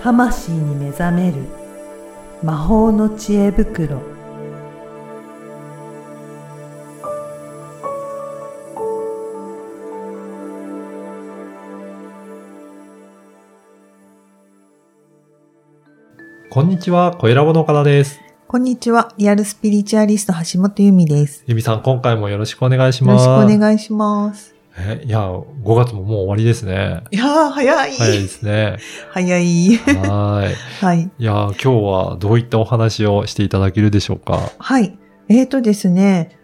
魂に目覚める魔法の知恵袋。 こんにちは、声ラボの岡田です。 こんにちは、リアルスピリチュアリスト橋本由美です。 由美さん、今回もよろしくお願いします。 よろしくお願いします。 いや、5月ももう終わりですね。 いやー、早い。 早いですね。 早い。 はい。 はい。 いや、今日はどういったお話をしていただけるでしょうか。 はい。ですね、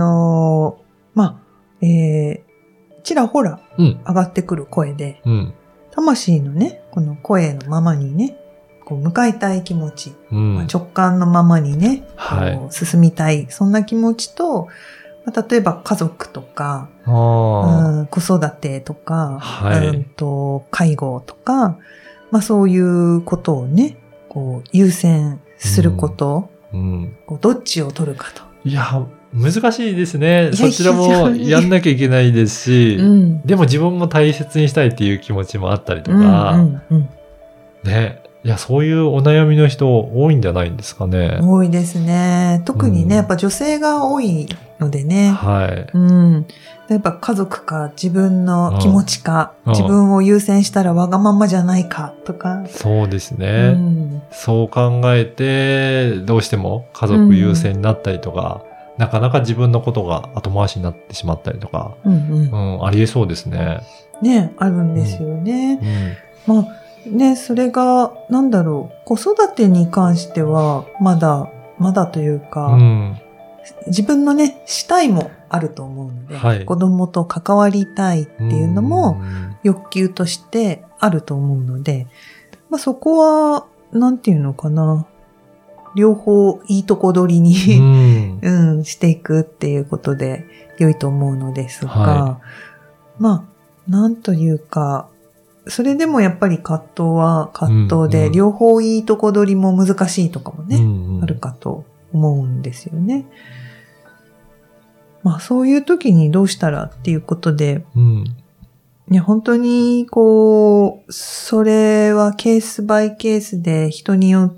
ちらほら上がってくる声で、魂のね、この声のままにね、こう向かいたい気持ち、直感のままにね、進みたい、そんな気持ちと、例えば家族とか、子育てとか、介護とか、そういうことをね、こう優先すること、どっちを取るかと。 いや、難しいですね。そちらもやんなきゃいけないですし、でも自分も大切にしたいっていう気持ちもあったりとか、ね。いや、そういうお悩みの人多いんじゃないんですかね。 多いですね。特にね、やっぱ女性が多いのでね。 はい。 やっぱ家族か自分の気持ちか、自分を優先したらわがままじゃないかとか。 そうですね。そう考えて、どうしても家族優先になったりとか、なかなか自分のことが後回しになってしまったりとか、ありえそうですね。 ね、あるんですよね。それが、子育てに関しては、まだというか、自分のね、したいもあると思うので、子供と関わりたいっていうのも欲求としてあると思うので、そこは、なんていうのかな、両方いいとこ取りにしていくっていうことで良いと思うのですが、なんというか、それでもやっぱり葛藤は葛藤で、両方いいとこ取りも難しいとかもね、あるかと思うんですよね。そういう時にどうしたらっていうことで、本当にそれはケースバイケースで人によって、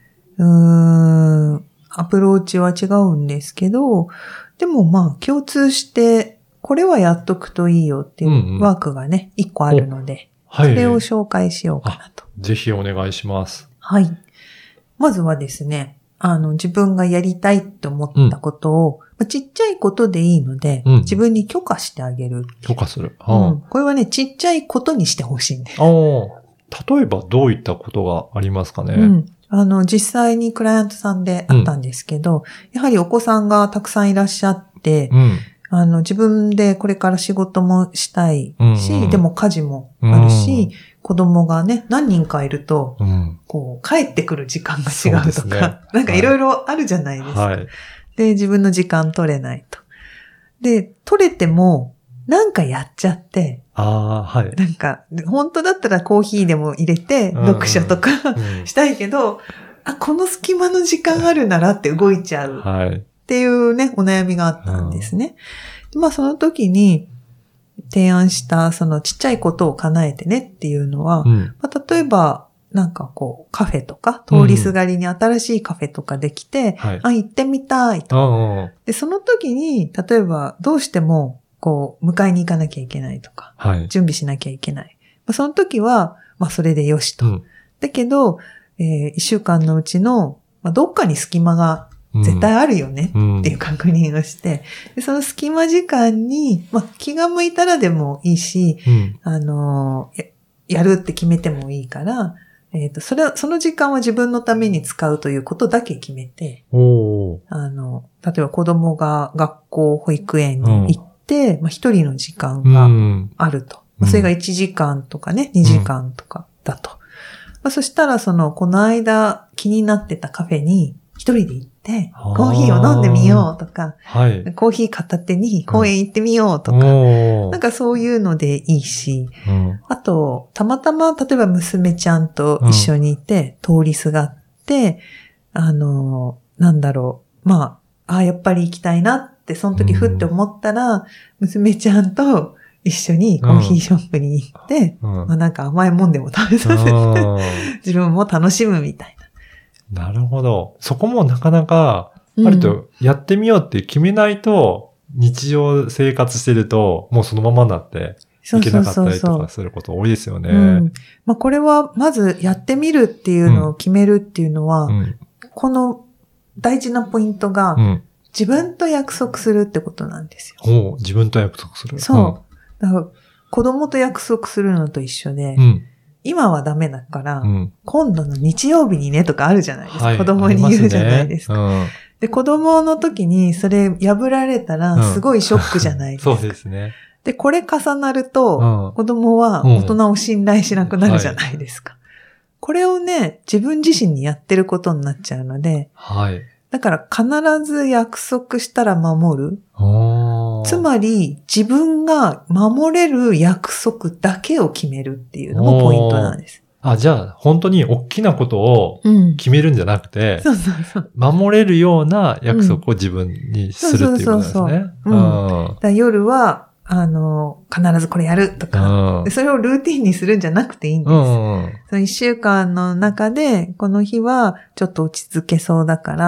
アプローチは違うんですけど、でも共通して、これはやっとくといいよっていうワークがね、一個あるので、それを紹介しようかなと。 ぜひお願いします。 はい。まずはですね、自分がやりたいと思ったことを、ちっちゃいことでいいので、自分に許可してあげる。 許可する。 これはね、ちっちゃいことにしてほしいんです。 例えばどういったことがありますかね。 実際にクライアントさんであったんですけど、やはりお子さんがたくさんいらっしゃって、自分でこれから仕事もしたいし、でも家事もあるし、子供がね、何人かいると、帰ってくる時間が違うとか、いろいろあるじゃないですか。で、自分の時間取れないと。で、取れても、やっちゃって、本当だったらコーヒーでも入れて、読書とかしたいけど、この隙間の時間あるならって動いちゃう。っていうね、お悩みがあったんですね。その時に提案したそのちっちゃいことを叶えてねっていうのは、例えばカフェとか、通りすがりに新しいカフェとかできて、行ってみたいと。で、その時に、例えばどうしても迎えに行かなきゃいけないとか、準備しなきゃいけない。その時は、それでよしと。だけど、一週間のうちの、どっかに隙間が絶対あるよねっていう確認をして、でその隙間時間に、気が向いたらでもいいし、やるって決めてもいいから、その時間は自分のために使うということだけ決めて、例えば子供が学校、保育園に行って、一人の時間があると。それが1時間とかね、2時間とかだと。そしたらこの間気になってたカフェに一人で行って、コーヒーを飲んでみようとか、コーヒー片手に公園行ってみようとか、そういうのでいいし、あと、たまたま、例えば娘ちゃんと一緒にいて、通りすがって、やっぱり行きたいなって、その時ふって思ったら、娘ちゃんと一緒にコーヒーショップに行って、まあなんか甘いもんでも食べさせて、自分も楽しむみたいな。なるほど。そこもなかなか、あるとやってみようって決めないと、日常生活してると、もうそのままになって、いけなかったりとかすること多いですよね。 まあこれは、まずやってみるっていうのを決めるっていうのは、この大事なポイントが、自分と約束するってことなんですよ。自分と約束する。 そう。だから子供と約束するのと一緒で、今はダメだから、今度の日曜日にねとかあるじゃないですか。はい、子供に言うじゃないですか。で、子供の時にそれ破られたらすごいショックじゃないですか。 そうですね。 で、これ重なると、子供は大人を信頼しなくなるじゃないですか。これをね、自分自身にやってることになっちゃうので、だから必ず約束したら守る。つまり自分が守れる約束だけを決めるっていうのもポイントなんです。 じゃあ本当に大きなことを決めるんじゃなくて、守れるような約束を自分にするっていうことですね。 夜は必ずこれやるとか、それをルーティンにするんじゃなくていいんです。その一週間の中で、この日はちょっと落ち着けそうだから、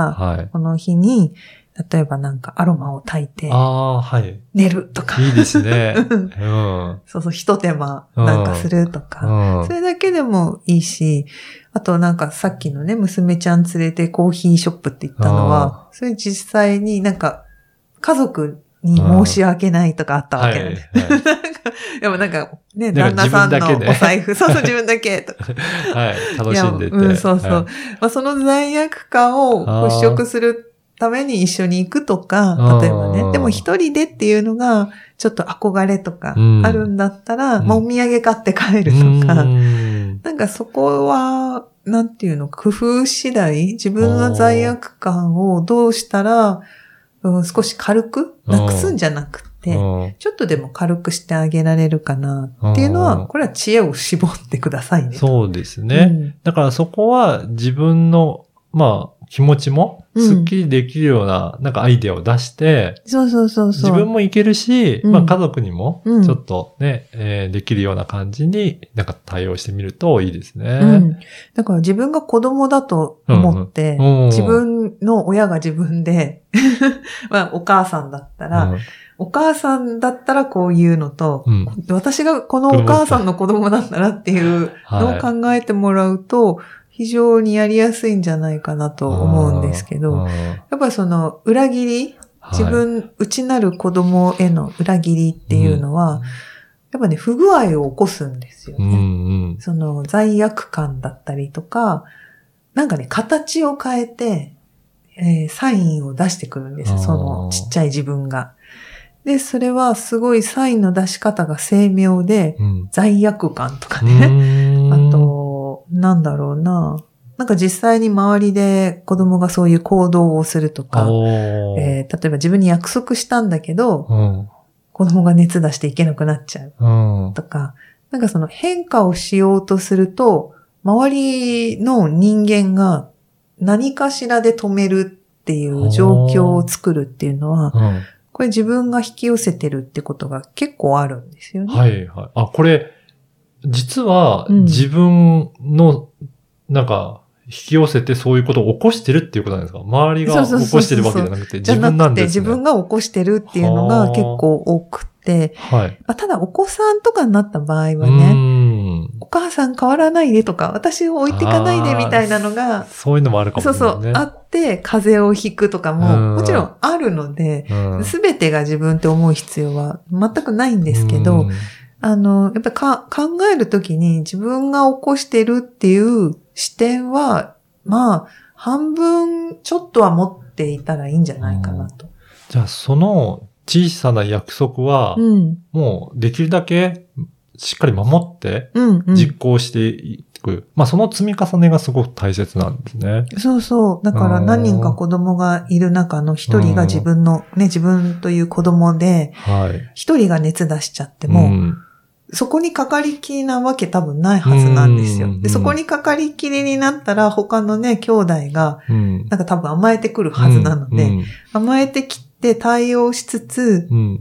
この日に、例えばなんかアロマを焚いて、寝るとか。 いいですね。 そうそう、一手間なんかするとか、それだけでもいいし、あとなんかさっきのね、娘ちゃん連れてコーヒーショップって言ったのは、それ実際になんか家族に申し訳ないとかあったわけなんです。でもなんかね、旦那さんのお財布、そうそう自分だけとか。 楽しんでて。 そうそう。まあその罪悪感を払拭するために一緒に行くとか、例えばね。でも一人でっていうのが、ちょっと憧れとかあるんだったら、まあお土産買って帰るとか、なんかそこは、なんていうの、工夫次第、自分の罪悪感をどうしたら、少し軽くなくすんじゃなくて、ちょっとでも軽くしてあげられるかなっていうのは、これは知恵を絞ってくださいね。 そうですね。だからそこは自分の、まあ、気持ちもスッキリできるような、なんかアイデアを出して、自分もいけるし、まあ家族にもちょっとね、できるような感じになんか対応してみるといいですね。 だから自分が子供だと思って、自分の親が自分で、まあお母さんだったら、お母さんだったらこういうのと、私がこのお母さんの子供だったらっていうのを考えてもらうと、非常にやりやすいんじゃないかなと思うんですけど、やっぱりその裏切り、自分、内なる子供への裏切りっていうのは、やっぱね、不具合を起こすんですよね。その罪悪感だったりとか、なんかね、形を変えて、サインを出してくるんですよ。そのちっちゃい自分が。で、それはすごいサインの出し方が精妙で、罪悪感とかね。あと、なんだろうな。なんか実際に周りで子供がそういう行動をするとか、例えば自分に約束したんだけど、子供が熱出していけなくなっちゃうとか、なんかその変化をしようとすると、周りの人間が何かしらで止めるっていう状況を作るっていうのは、これ自分が引き寄せてるってことが結構あるんですよね。 これ、実は自分の、なんか、引き寄せてそういうことを起こしてるっていうことなんですか？周りが起こしてるわけじゃなくて自分なんですね。 自分が起こしてるっていうのが結構多くて、ただお子さんとかになった場合はね、お母さん変わらないでとか、私を置いていかないでみたいなのが、 そういうのもあるかもしれないね。 あって、風邪をひくとかももちろんあるので、すべてが自分って思う必要は全くないんですけど、やっぱり考えるときに自分が起こしてるっていう視点は、まあ、半分ちょっとは持っていたらいいんじゃないかなと。 じゃあ、その小さな約束は、もうできるだけしっかり守って、実行していく。まあ、その積み重ねがすごく大切なんですね。 そうそう。だから何人か子供がいる中の一人が自分の、自分という子供で、一人が熱出しちゃっても、そこにかかりきりなわけ多分ないはずなんですよ。で、そこにかかりきりになったら他のね、兄弟が、なんか多分甘えてくるはずなので、甘えてきて対応しつつ、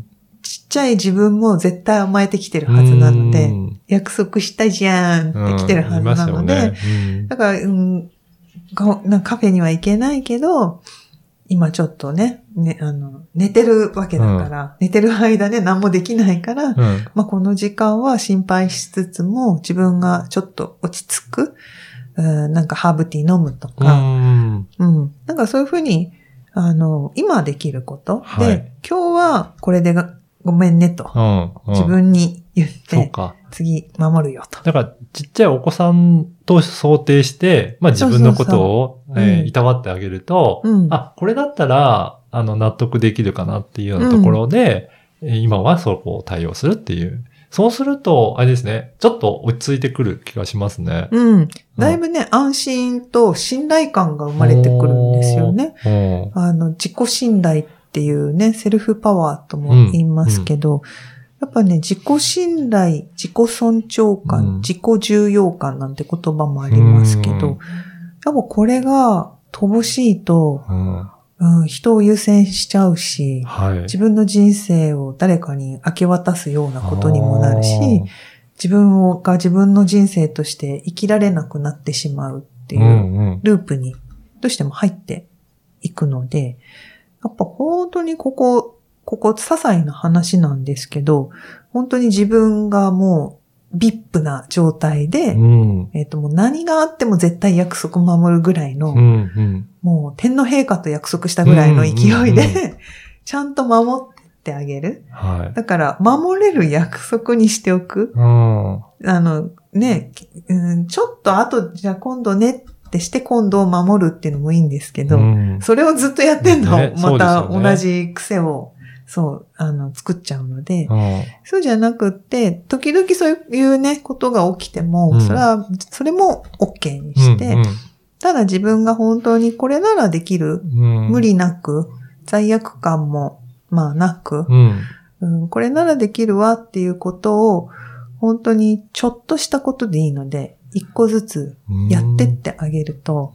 ちっちゃい自分も絶対甘えてきてるはずなので、約束したじゃんって来てるはずなので、だから、カフェには行けないけど、今ちょっとね、寝てるわけだから、寝てる間ね、何もできないから、まあこの時間は心配しつつも、自分がちょっと落ち着く、なんかハーブティー飲むとか、なんかそういうふうに、今できること、はい、で、今日はこれでごめんねと、自分に言って、次守るよと。 だからちっちゃいお子さんと想定して、まあ自分のことをいたわってあげると、あ、これだったら納得できるかなっていうようなところで、今はそこを対応するっていう。そうすると、あれですね、ちょっと落ち着いてくる気がしますね。 だいぶね、安心と信頼感が生まれてくるんですよね。自己信頼っていうね、セルフパワーとも言いますけど、やっぱね、自己信頼、自己尊重感、自己重要感なんて言葉もありますけど、やっぱこれが乏しいと、人を優先しちゃうし、自分の人生を誰かに明け渡すようなことにもなるし、自分が自分の人生として生きられなくなってしまうっていうループにどうしても入っていくので、やっぱ本当にここ些細な話なんですけど、本当に自分がもうVIPな状態で、もう何があっても絶対約束守るぐらいの、もう天皇陛下と約束したぐらいの勢いで、ちゃんと守ってあげる。だから、守れる約束にしておく。ね、ちょっと後、じゃあ今度ねってして今度守るっていうのもいいんですけど、それをずっとやってんの、また同じ癖を。作っちゃうので、そうじゃなくって、時々そういうね、ことが起きても、それも OK にして、ただ自分が本当にこれならできる、無理なく、罪悪感も、まあなく、これならできるわっていうことを、本当にちょっとしたことでいいので、一個ずつやってってあげると、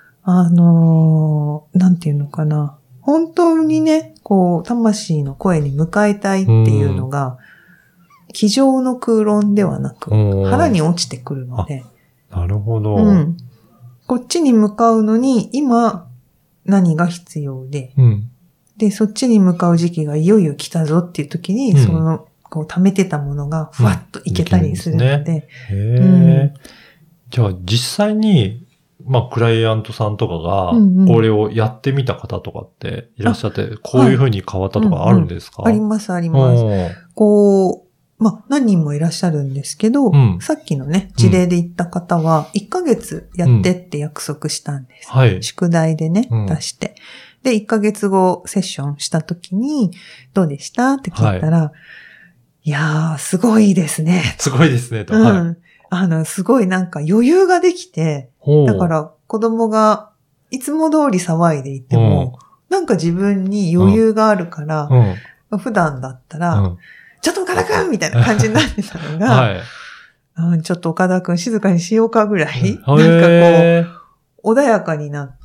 なんていうのかな。本当にね、魂の声に迎えたいっていうのが、机上の空論ではなく、腹に落ちてくるので。 なるほど。 こっちに向かうのに、今、何が必要で、で、そっちに向かう時期がいよいよ来たぞっていう時に、溜めてたものが、ふわっといけたりするので。 じゃあ、実際に、まあ、クライアントさんとかが、これをやってみた方とかっていらっしゃって、こういうふうに変わったとかあるんですか？ あります、あります。まあ、何人もいらっしゃるんですけど、さっきのね、事例で言った方は、1ヶ月やってって約束したんです。宿題でね、出して。で、1ヶ月後セッションした時に、どうでしたって聞いたら、いやー、すごいですね。 すごいですね、と。 すごいなんか余裕ができて、だから子供がいつも通り騒いでいても、なんか自分に余裕があるから、普段だったら、ちょっと岡田くんみたいな感じになってたのが、ちょっと岡田くん静かにしようかぐらい、なんか穏やかになって、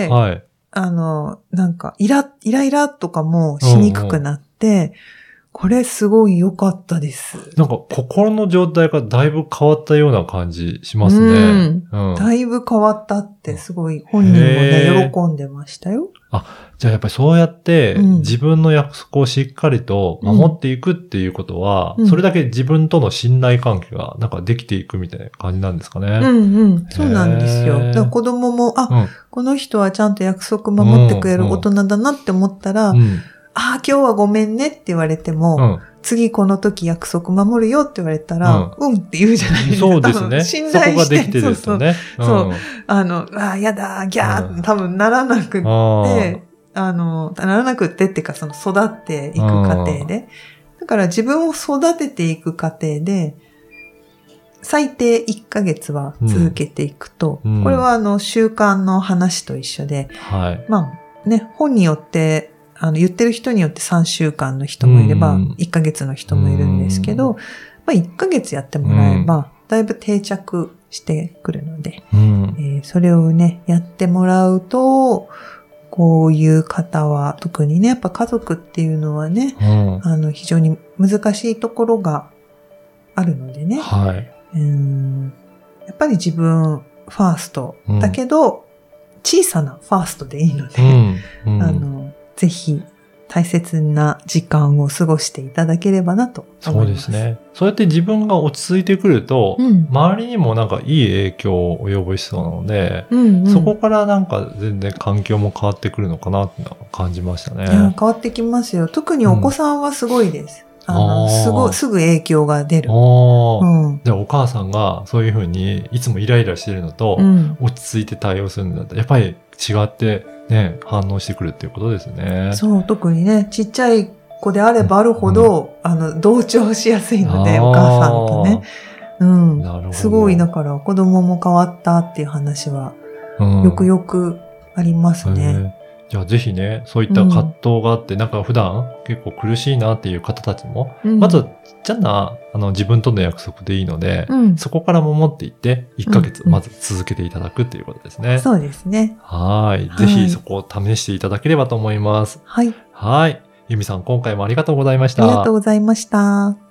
なんかイライラとかもしにくくなって、これすごい良かったです。 なんか心の状態がだいぶ変わったような感じしますね。 だいぶ変わったってすごい本人もね、喜んでましたよ。 じゃあやっぱりそうやって自分の約束をしっかりと守っていくっていうことは、それだけ自分との信頼関係がなんかできていくみたいな感じなんですかね。 そうなんですよ。だから子供も、この人はちゃんと約束守ってくれる大人だなって思ったら、今日はごめんねって言われても、次この時約束守るよって言われたら、って言うじゃないですか。 そうですね。信頼して。そこができてですよね。 やだ、ギャーって多分ならなくって、ならなくってっていうか、育っていく過程で。だから自分を育てていく過程で、最低1ヶ月は続けていくと、これは習慣の話と一緒で、まあね、本によって、言ってる人によって3週間の人もいれば、1ヶ月の人もいるんですけど、まあ1ヶ月やってもらえば、だいぶ定着してくるので、それをね、やってもらうと、 こういう方は、特にね、やっぱ家族っていうのはね、非常に難しいところがあるのでね。 はい。 やっぱり自分ファーストだけど、小さなファーストでいいので、ぜひ大切な時間を過ごしていただければなと思います。 そうですね。そうやって自分が落ち着いてくると、周りにもなんかいい影響を及ぼしそうなので、そこからなんか全然環境も変わってくるのかなって感じましたね。 変わってきますよ。特にお子さんはすごいです。すぐ影響が出る。じゃあお母さんがそういうふうにいつもイライラしてるのと、落ち着いて対応するんだったら、やっぱり違ってね、反応してくるっていうことですね。 そう、特にね、ちっちゃい子であればあるほど、同調しやすいので、お母さんとね。なるほど。すごい、だから子供も変わったっていう話は、よくよくありますね。 じゃあぜひね、そういった葛藤があって、なんか普段結構苦しいなっていう方たちも、まずちっちゃな自分との約束でいいので、そこから守っていって、1ヶ月まず続けていただくっていうことですね。 そうですね。 はい。ぜひそこを試していただければと思います。 はい。 はい。由美さん、今回もありがとうございました。 ありがとうございました。